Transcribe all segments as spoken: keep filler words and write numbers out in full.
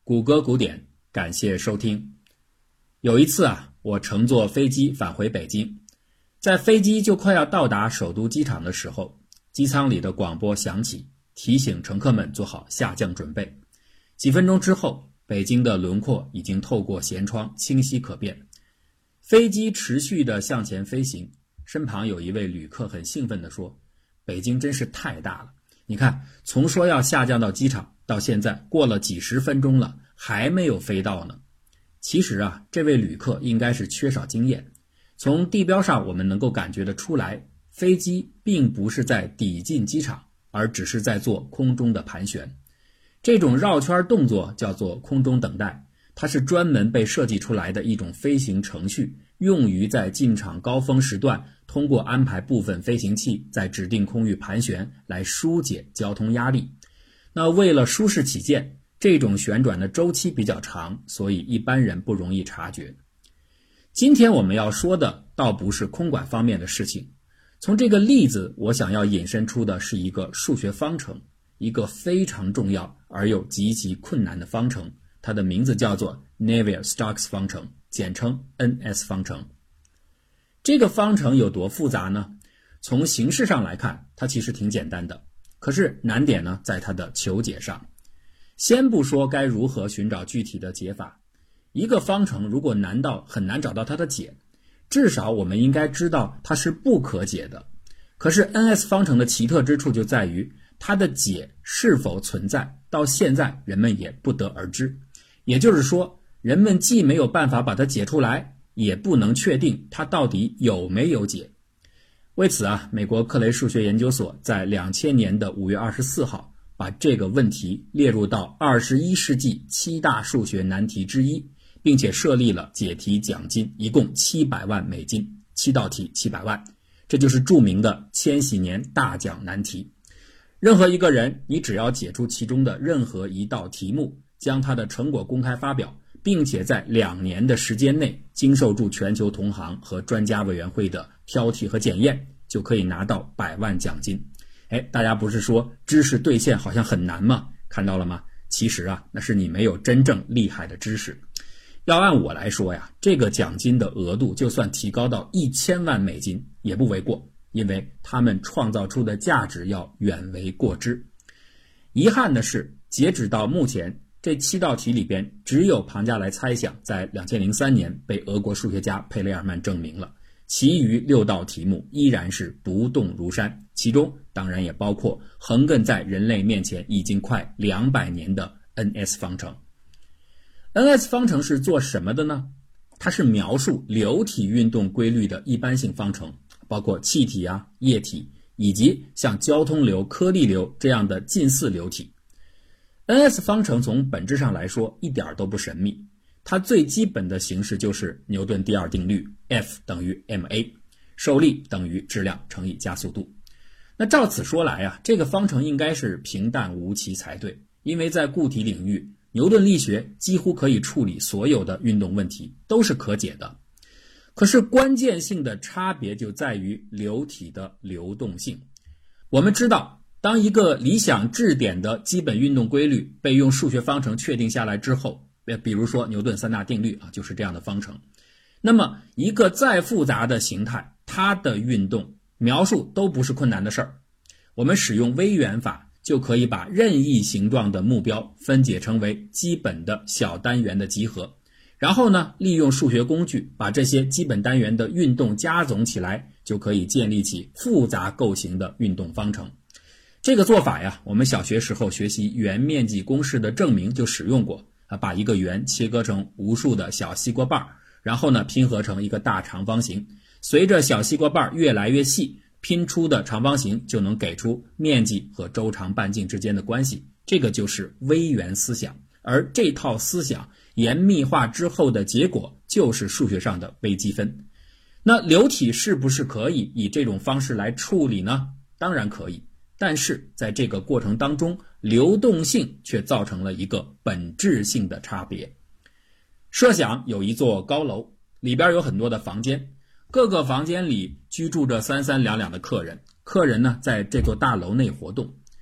谷歌古典，感谢收听。有一次啊，我乘坐飞机返回北京，在飞机就快要到达首都机场的时候，机舱里的广播响起，提醒乘客们做好下降准备。几分钟之后，北京的轮廓已经透过舷窗清晰可辨。飞机持续地向前飞行，身旁有一位旅客很兴奋地说：北京真是太大了，你看，从说要下降到机场到现在过了几十分钟了，还没有飞到呢。其实啊，这位旅客应该是缺少经验。从地标上我们能够感觉得出来，飞机并不是在抵近机场，而只是在做空中的盘旋。这种绕圈动作叫做空中等待，它是专门被设计出来的一种飞行程序，用于在进场高峰时段通过安排部分飞行器在指定空域盘旋来疏解交通压力。那为了舒适起见，这种旋转的周期比较长，所以一般人不容易察觉。今天我们要说的倒不是空管方面的事情，从这个例子我想要引申出的是一个数学方程，一个非常重要而又极其困难的方程，它的名字叫做 Navier-Stokes 方程，简称 N S 方程。这个方程有多复杂呢？从形式上来看，它其实挺简单的，可是难点呢在它的求解上。先不说该如何寻找具体的解法，一个方程如果难到很难找到它的解，至少我们应该知道它是不可解的。可是 N S 方程的奇特之处就在于，它的解是否存在，到现在人们也不得而知。也就是说，人们既没有办法把它解出来，也不能确定它到底有没有解。为此啊，美国克雷数学研究所在两千年的五月二十四号把这个问题列入到二十一世纪七大数学难题之一，并且设立了解题奖金，一共七百万美金，七道题七百万，这就是著名的千禧年大奖难题。任何一个人，你只要解出其中的任何一道题目，将他的成果公开发表，并且在两年的时间内经受住全球同行和专家委员会的挑剔和检验，就可以拿到百万奖金。哎，大家不是说知识兑现好像很难吗？看到了吗？其实啊，那是你没有真正厉害的知识。要按我来说呀，这个奖金的额度就算提高到一千万美金也不为过，因为他们创造出的价值要远为过之。遗憾的是，截止到目前，这七道题里边只有庞加莱猜想在两千零三年被俄国数学家佩雷尔曼证明了，其余六道题目依然是不动如山，其中当然也包括横亘在人类面前已经快两百年的 N S 方程。N S 方程是做什么的呢？它是描述流体运动规律的一般性方程，包括气体啊、液体，以及像交通流、颗粒流这样的近似流体。N S 方程从本质上来说一点都不神秘，它最基本的形式就是牛顿第二定律 F 等于 ma， 受力等于质量乘以加速度。那照此说来啊，这个方程应该是平淡无奇才对，因为在固体领域，牛顿力学几乎可以处理所有的运动问题，都是可解的。可是关键性的差别就在于流体的流动性。我们知道，当一个理想质点的基本运动规律被用数学方程确定下来之后，比如说牛顿三大定律啊，就是这样的方程。那么一个再复杂的形态，它的运动描述都不是困难的事儿。我们使用微元法，就可以把任意形状的目标分解成为基本的小单元的集合，然后呢，利用数学工具把这些基本单元的运动加总起来，就可以建立起复杂构型的运动方程。这个做法呀，我们小学时候学习圆面积公式的证明就使用过啊，把一个圆切割成无数的小西瓜瓣，然后呢拼合成一个大长方形，随着小西瓜瓣越来越细，拼出的长方形就能给出面积和周长半径之间的关系，这个就是微元思想。而这套思想严密化之后的结果就是数学上的微积分。那流体是不是可以以这种方式来处理呢？当然可以，但是在这个过程当中，流动性却造成了一个本质性的差别。设想有一座高楼，里边有很多的房间，各个房间里居住着三三两两的客人，客人呢在这座大楼内活动。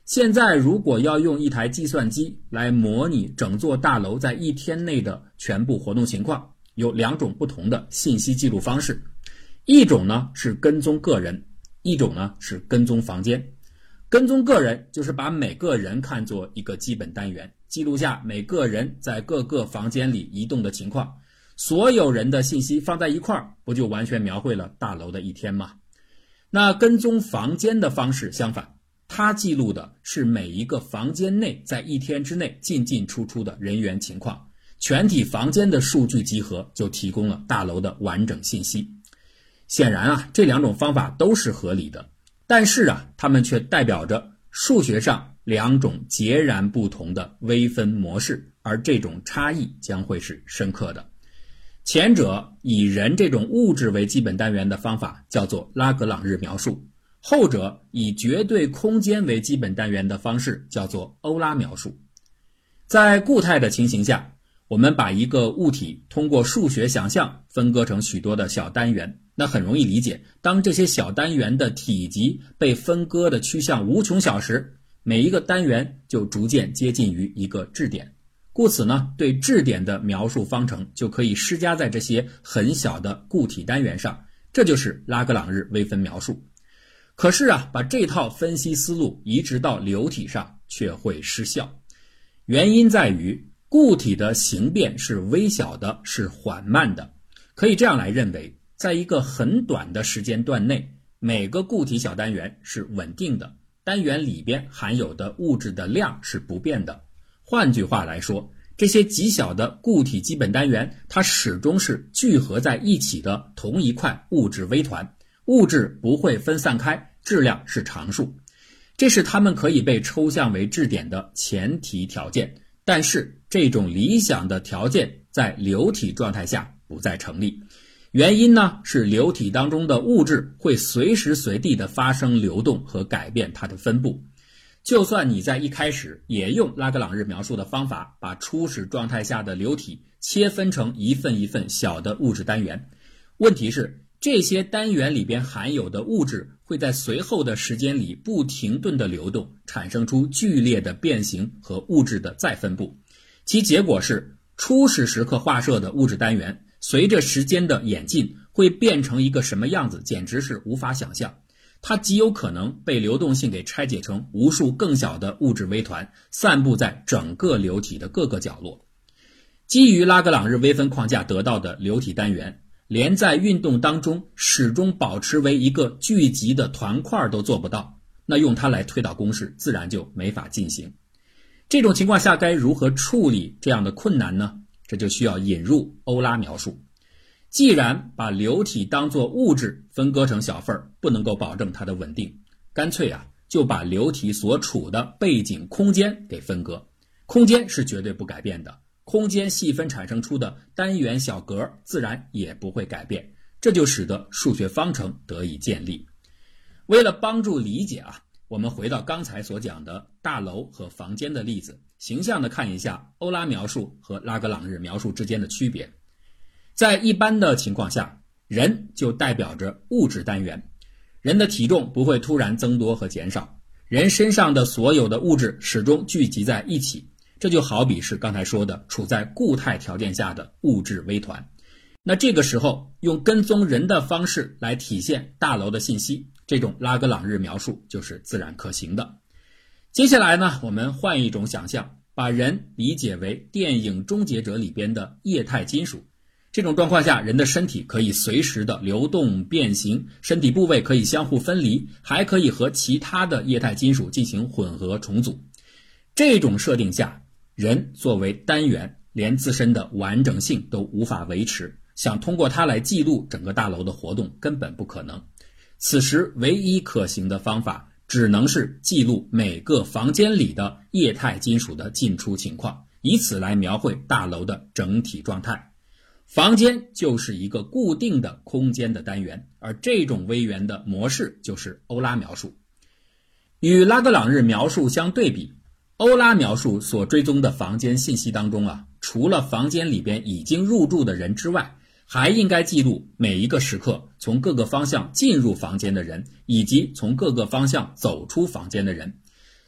现在如果要用一台计算机来模拟整座大楼在一天内的全部活动情况，有两种不同的信息记录方式。一种呢是跟踪个人，一种呢是跟踪房间。跟踪个人就是把每个人看作一个基本单元，记录下每个人在各个房间里移动的情况。所有人的信息放在一块儿，不就完全描绘了大楼的一天吗？那跟踪房间的方式相反，它记录的是每一个房间内在一天之内进进出出的人员情况，全体房间的数据集合就提供了大楼的完整信息。显然啊，这两种方法都是合理的，但是啊，它们却代表着数学上两种截然不同的微分模式，而这种差异将会是深刻的。前者以人这种物质为基本单元的方法叫做拉格朗日描述，后者以绝对空间为基本单元的方式叫做欧拉描述。在固态的情形下，我们把一个物体通过数学想象分割成许多的小单元，那很容易理解，当这些小单元的体积被分割的趋向无穷小时，每一个单元就逐渐接近于一个质点。故此呢，对质点的描述方程就可以施加在这些很小的固体单元上，这就是拉格朗日微分描述。可是啊，把这套分析思路移植到流体上却会失效。原因在于固体的形变是微小的，是缓慢的。可以这样来认为，在一个很短的时间段内，每个固体小单元是稳定的，单元里边含有的物质的量是不变的。换句话来说，这些极小的固体基本单元，它始终是聚合在一起的同一块物质微团，物质不会分散开，质量是常数。这是它们可以被抽象为质点的前提条件，但是这种理想的条件在流体状态下不再成立。原因呢，是流体当中的物质会随时随地的发生流动和改变它的分布。就算你在一开始也用拉格朗日描述的方法，把初始状态下的流体切分成一份一份小的物质单元，问题是这些单元里边含有的物质会在随后的时间里不停顿的流动，产生出剧烈的变形和物质的再分布。其结果是初始时刻画设的物质单元随着时间的演进会变成一个什么样子，简直是无法想象。它极有可能被流动性给拆解成无数更小的物质微团，散布在整个流体的各个角落。基于拉格朗日微分框架得到的流体单元，连在运动当中始终保持为一个聚集的团块都做不到，那用它来推导公式自然就没法进行。这种情况下该如何处理这样的困难呢？这就需要引入欧拉描述。既然把流体当作物质分割成小份，不能够保证它的稳定，干脆啊就把流体所处的背景空间给分割。空间是绝对不改变的，空间细分产生出的单元小格自然也不会改变，这就使得数学方程得以建立。为了帮助理解啊，我们回到刚才所讲的大楼和房间的例子，形象地看一下欧拉描述和拉格朗日描述之间的区别。在一般的情况下，人就代表着物质单元，人的体重不会突然增多和减少，人身上的所有的物质始终聚集在一起，这就好比是刚才说的处在固态条件下的物质微团。那这个时候用跟踪人的方式来体现大楼的信息，这种拉格朗日描述就是自然可行的。接下来呢，我们换一种想象，把人理解为电影《终结者》里边的液态金属。这种状况下，人的身体可以随时的流动变形，身体部位可以相互分离，还可以和其他的液态金属进行混合重组。这种设定下，人作为单元连自身的完整性都无法维持，想通过它来记录整个大楼的活动根本不可能。此时唯一可行的方法只能是记录每个房间里的液态金属的进出情况，以此来描绘大楼的整体状态。房间就是一个固定的空间的单元，而这种微元的模式就是欧拉描述。与拉格朗日描述相对比，欧拉描述所追踪的房间信息当中啊，除了房间里边已经入住的人之外，还应该记录每一个时刻从各个方向进入房间的人，以及从各个方向走出房间的人。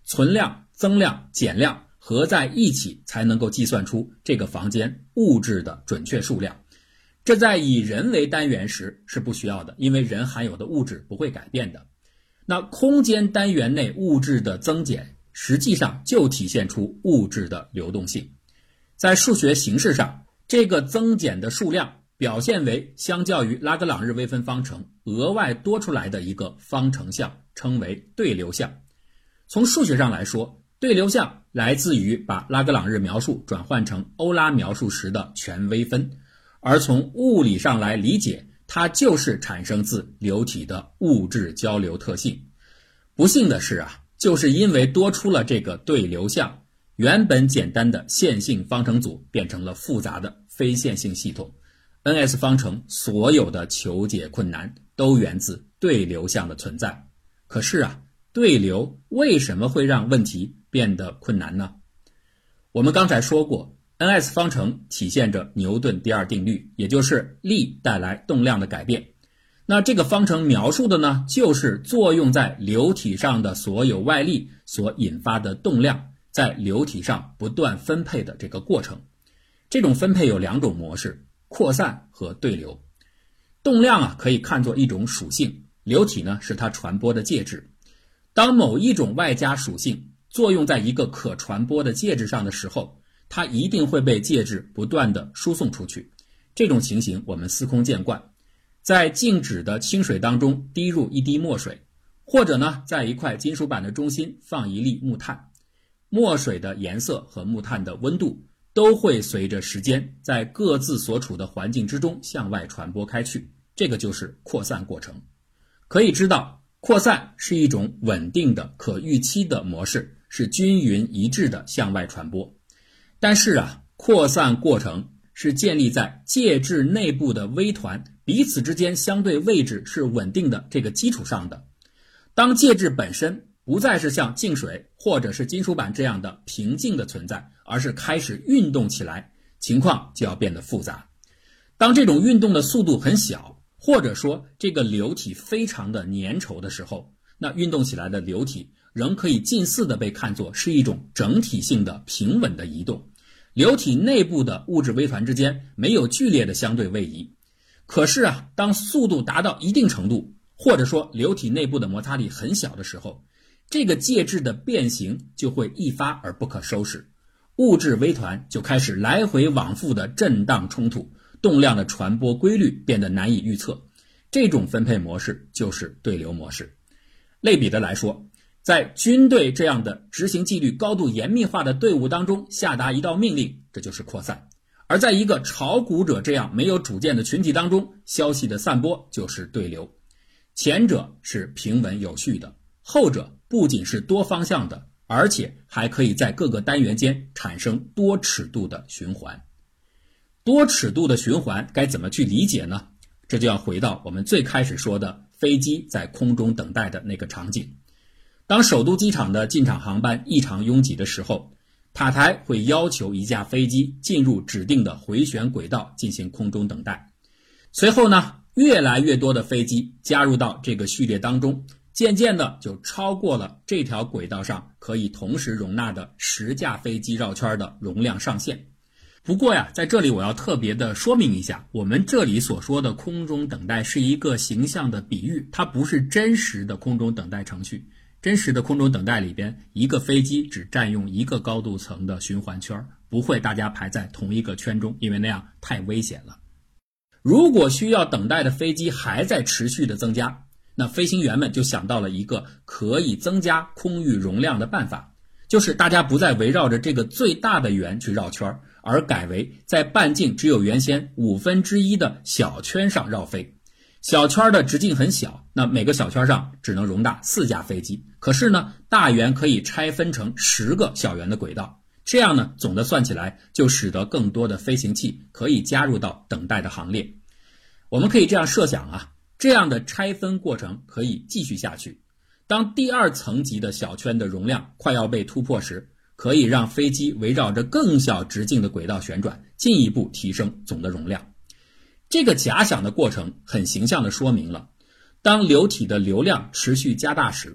存量、增量、减量合在一起才能够计算出这个房间物质的准确数量。这在以人为单元时是不需要的，因为人含有的物质不会改变的。那空间单元内物质的增减实际上就体现出物质的流动性。在数学形式上，这个增减的数量表现为相较于拉格朗日微分方程额外多出来的一个方程项，称为对流项。从数学上来说，对流项来自于把拉格朗日描述转换成欧拉描述时的全微分，而从物理上来理解，它就是产生自流体的物质交流特性。不幸的是啊，就是因为多出了这个对流项，原本简单的线性方程组变成了复杂的非线性系统。N S 方程所有的求解困难都源自对流项的存在。可是啊，对流为什么会让问题变得困难呢？我们刚才说过， N S 方程体现着牛顿第二定律，也就是力带来动量的改变。那这个方程描述的呢，就是作用在流体上的所有外力所引发的动量在流体上不断分配的这个过程。这种分配有两种模式，扩散和对流。动量啊，可以看作一种属性，流体呢是它传播的介质。当某一种外加属性作用在一个可传播的介质上的时候，它一定会被介质不断的输送出去。这种情形我们司空见惯，在静止的清水当中滴入一滴墨水，或者呢，在一块金属板的中心放一粒木炭，墨水的颜色和木炭的温度都会随着时间在各自所处的环境之中向外传播开去，这个就是扩散过程。可以知道，扩散是一种稳定的可预期的模式，是均匀一致的向外传播。但是啊，扩散过程是建立在介质内部的微团彼此之间相对位置是稳定的这个基础上的。当介质本身不再是像净水或者是金属板这样的平静的存在，而是开始运动起来，情况就要变得复杂。当这种运动的速度很小，或者说这个流体非常的粘稠的时候，那运动起来的流体仍可以近似的被看作是一种整体性的平稳的移动。流体内部的物质微团之间没有剧烈的相对位移。可是啊，当速度达到一定程度，或者说流体内部的摩擦力很小的时候，这个介质的变形就会一发而不可收拾，物质微团就开始来回往复的震荡冲突，动量的传播规律变得难以预测。这种分配模式就是对流模式。类比的来说，在军队这样的执行纪律高度严密化的队伍当中下达一道命令，这就是扩散；而在一个炒股者这样没有主见的群体当中，消息的散播就是对流。前者是平稳有序的，后者不仅是多方向的，而且还可以在各个单元间产生多尺度的循环。多尺度的循环该怎么去理解呢？这就要回到我们最开始说的飞机在空中等待的那个场景。当首都机场的进场航班异常拥挤的时候，塔台会要求一架飞机进入指定的回旋轨道进行空中等待。随后呢，越来越多的飞机加入到这个序列当中，渐渐的就超过了这条轨道上可以同时容纳的十架飞机绕圈的容量上限。不过呀，在这里我要特别的说明一下，我们这里所说的空中等待是一个形象的比喻，它不是真实的空中等待程序。真实的空中等待里边，一个飞机只占用一个高度层的循环圈，不会大家排在同一个圈中，因为那样太危险了。如果需要等待的飞机还在持续的增加，那飞行员们就想到了一个可以增加空域容量的办法，就是大家不再围绕着这个最大的圆去绕圈，而改为在半径只有原先五分之一的小圈上绕飞。小圈的直径很小，那每个小圈上只能容纳四架飞机，可是呢，大圆可以拆分成十个小圆的轨道，这样呢，总的算起来就使得更多的飞行器可以加入到等待的行列。我们可以这样设想啊，这样的拆分过程可以继续下去。当第二层级的小圈的容量快要被突破时，可以让飞机围绕着更小直径的轨道旋转，进一步提升总的容量。这个假想的过程很形象地说明了，当流体的流量持续加大时，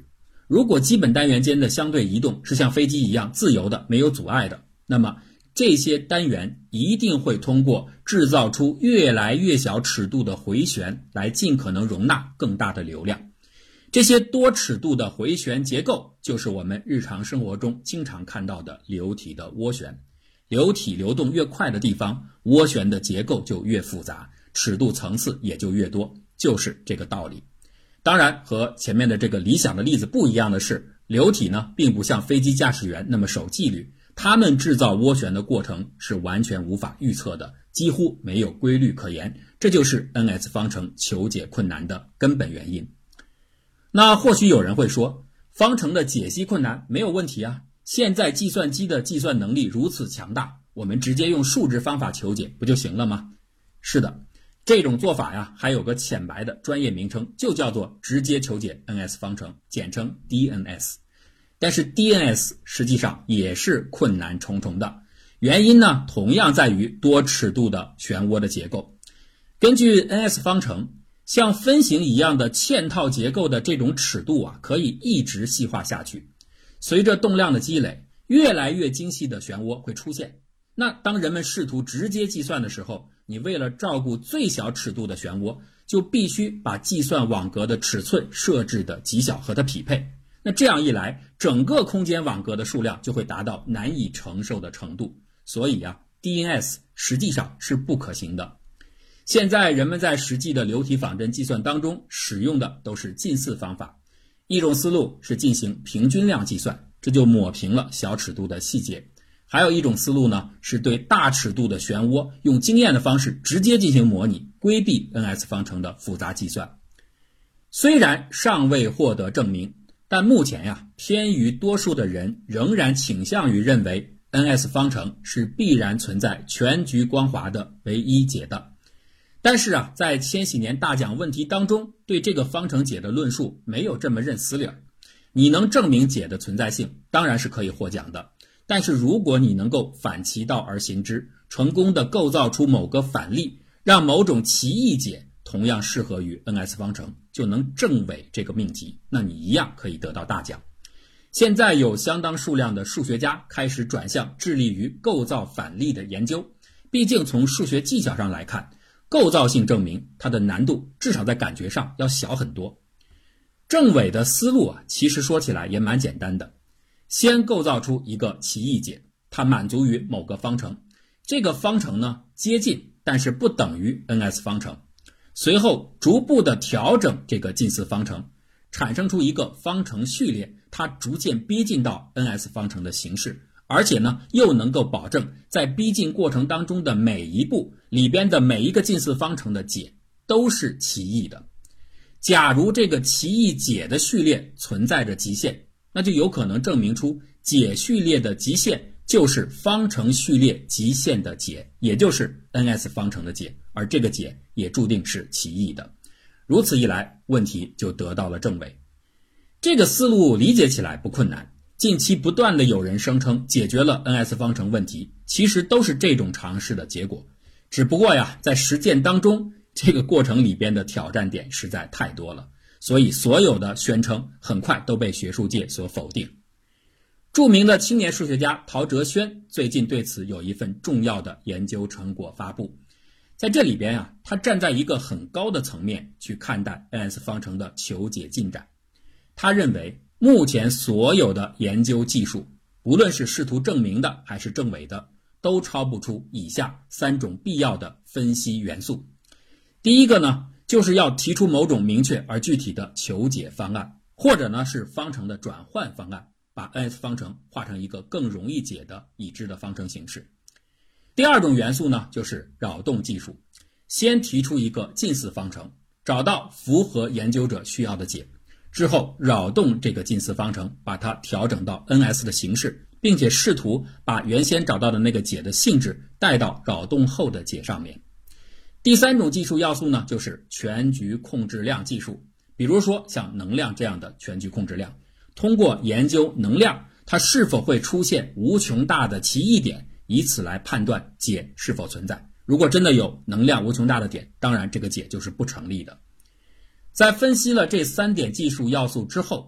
如果基本单元间的相对移动是像飞机一样自由的，没有阻碍的，那么这些单元一定会通过制造出越来越小尺度的回旋来尽可能容纳更大的流量。这些多尺度的回旋结构就是我们日常生活中经常看到的流体的涡旋。流体流动越快的地方，涡旋的结构就越复杂，尺度层次也就越多，就是这个道理。当然，和前面的这个理想的例子不一样的是，流体呢并不像飞机驾驶员那么守纪律，他们制造涡旋的过程是完全无法预测的，几乎没有规律可言，这就是 N S 方程求解困难的根本原因。那或许有人会说，方程的解析困难没有问题啊，现在计算机的计算能力如此强大，我们直接用数值方法求解不就行了吗？是的，这种做法呀，还有个浅白的专业名称，就叫做直接求解 N S 方程，简称 D N S。 但是 D N S 实际上也是困难重重的，原因呢，同样在于多尺度的漩涡的结构。根据 N S 方程，像分形一样的嵌套结构的这种尺度啊，可以一直细化下去。随着动量的积累，越来越精细的漩涡会出现。那当人们试图直接计算的时候，你为了照顾最小尺度的漩涡，就必须把计算网格的尺寸设置的极小和它匹配。那这样一来，整个空间网格的数量就会达到难以承受的程度。所以啊 ，D N S 实际上是不可行的。现在人们在实际的流体仿真计算当中使用的都是近似方法。一种思路是进行平均量计算，这就抹平了小尺度的细节。还有一种思路呢，是对大尺度的漩涡用经验的方式直接进行模拟，规避 N S 方程的复杂计算。虽然尚未获得证明，但目前呀，偏于多数的人仍然倾向于认为 N S 方程是必然存在全局光滑的唯一解的。但是啊，在千禧年大奖问题当中，对这个方程解的论述没有这么认死理儿。你能证明解的存在性，当然是可以获奖的。但是如果你能够反其道而行之，成功的构造出某个反例，让某种奇异解同样适合于 N S 方程，就能证伪这个命题，那你一样可以得到大奖。现在有相当数量的数学家开始转向致力于构造反例的研究，毕竟从数学技巧上来看，构造性证明它的难度至少在感觉上要小很多。证伪的思路啊，其实说起来也蛮简单的。先构造出一个奇异解，它满足于某个方程，这个方程呢接近但是不等于 N S 方程，随后逐步的调整这个近似方程，产生出一个方程序列，它逐渐逼近到 N S 方程的形式，而且呢又能够保证在逼近过程当中的每一步里边的每一个近似方程的解都是奇异的。假如这个奇异解的序列存在着极限，那就有可能证明出解序列的极限就是方程序列极限的解，也就是 N S 方程的解，而这个解也注定是奇异的。如此一来，问题就得到了证伪。这个思路理解起来不困难，近期不断的有人声称解决了 N S 方程问题，其实都是这种尝试的结果。只不过呀，在实践当中，这个过程里边的挑战点实在太多了，所以所有的宣称很快都被学术界所否定。著名的青年数学家陶哲轩最近对此有一份重要的研究成果发布。在这里边啊，他站在一个很高的层面去看待 N S 方程的求解进展。他认为目前所有的研究技术，无论是试图证明的还是证伪的，都超不出以下三种必要的分析元素。第一个呢，就是要提出某种明确而具体的求解方案，或者呢是方程的转换方案，把 N S 方程画成一个更容易解的已知的方程形式。第二种元素呢，就是扰动技术，先提出一个近似方程，找到符合研究者需要的解，之后扰动这个近似方程，把它调整到 N S 的形式，并且试图把原先找到的那个解的性质带到扰动后的解上面。第三种技术要素呢，就是全局控制量技术，比如说像能量这样的全局控制量，通过研究能量它是否会出现无穷大的奇异点，以此来判断解是否存在。如果真的有能量无穷大的点，当然这个解就是不成立的。在分析了这三点技术要素之后，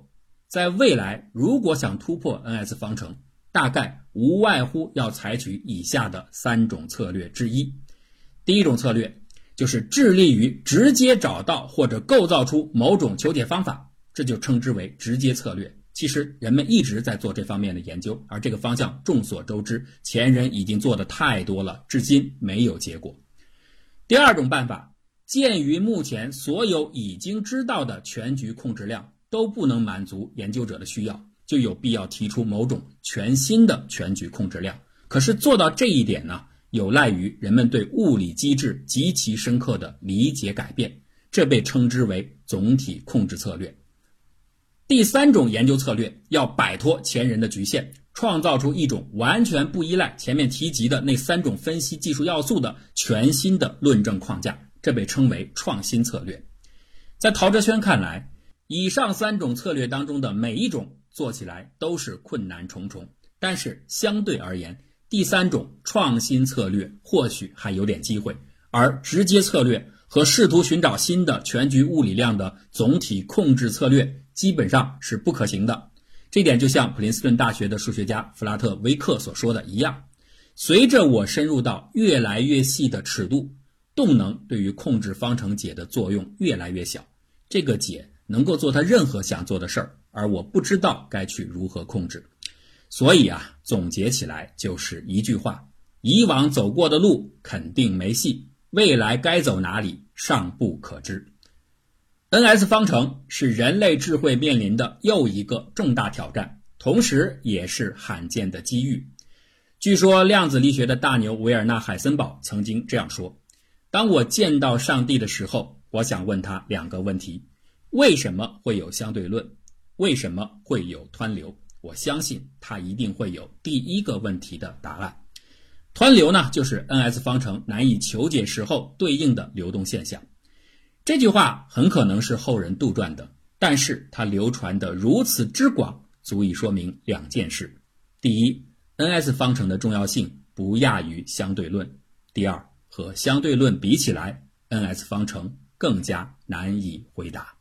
在未来如果想突破 N S 方程，大概无外乎要采取以下的三种策略之一。第一种策略就是致力于直接找到或者构造出某种求解方法，这就称之为直接策略。其实人们一直在做这方面的研究，而这个方向众所周知，前人已经做的太多了，至今没有结果。第二种办法，鉴于目前所有已经知道的全局控制量都不能满足研究者的需要，就有必要提出某种全新的全局控制量。可是做到这一点呢，有赖于人们对物理机制极其深刻的理解改变，这被称之为总体控制策略。第三种研究策略要摆脱前人的局限，创造出一种完全不依赖前面提及的那三种分析技术要素的全新的论证框架，这被称为创新策略。在陶哲轩看来，以上三种策略当中的每一种做起来都是困难重重，但是相对而言，第三种创新策略或许还有点机会，而直接策略和试图寻找新的全局物理量的总体控制策略基本上是不可行的。这点就像普林斯顿大学的数学家弗拉特维克所说的一样，随着我深入到越来越细的尺度，动能对于控制方程解的作用越来越小，这个解能够做它任何想做的事儿，而我不知道该去如何控制。所以啊，总结起来就是一句话，以往走过的路肯定没戏，未来该走哪里尚不可知。N S 方程是人类智慧面临的又一个重大挑战，同时也是罕见的机遇。据说量子力学的大牛维尔纳海森堡曾经这样说，当我见到上帝的时候，我想问他两个问题，为什么会有相对论？为什么会有湍流？我相信他一定会有第一个问题的答案。湍流呢，就是 N S 方程难以求解时候对应的流动现象。这句话很可能是后人杜撰的，但是它流传得如此之广，足以说明两件事。第一， N S 方程的重要性不亚于相对论。第二，和相对论比起来， N S 方程更加难以回答。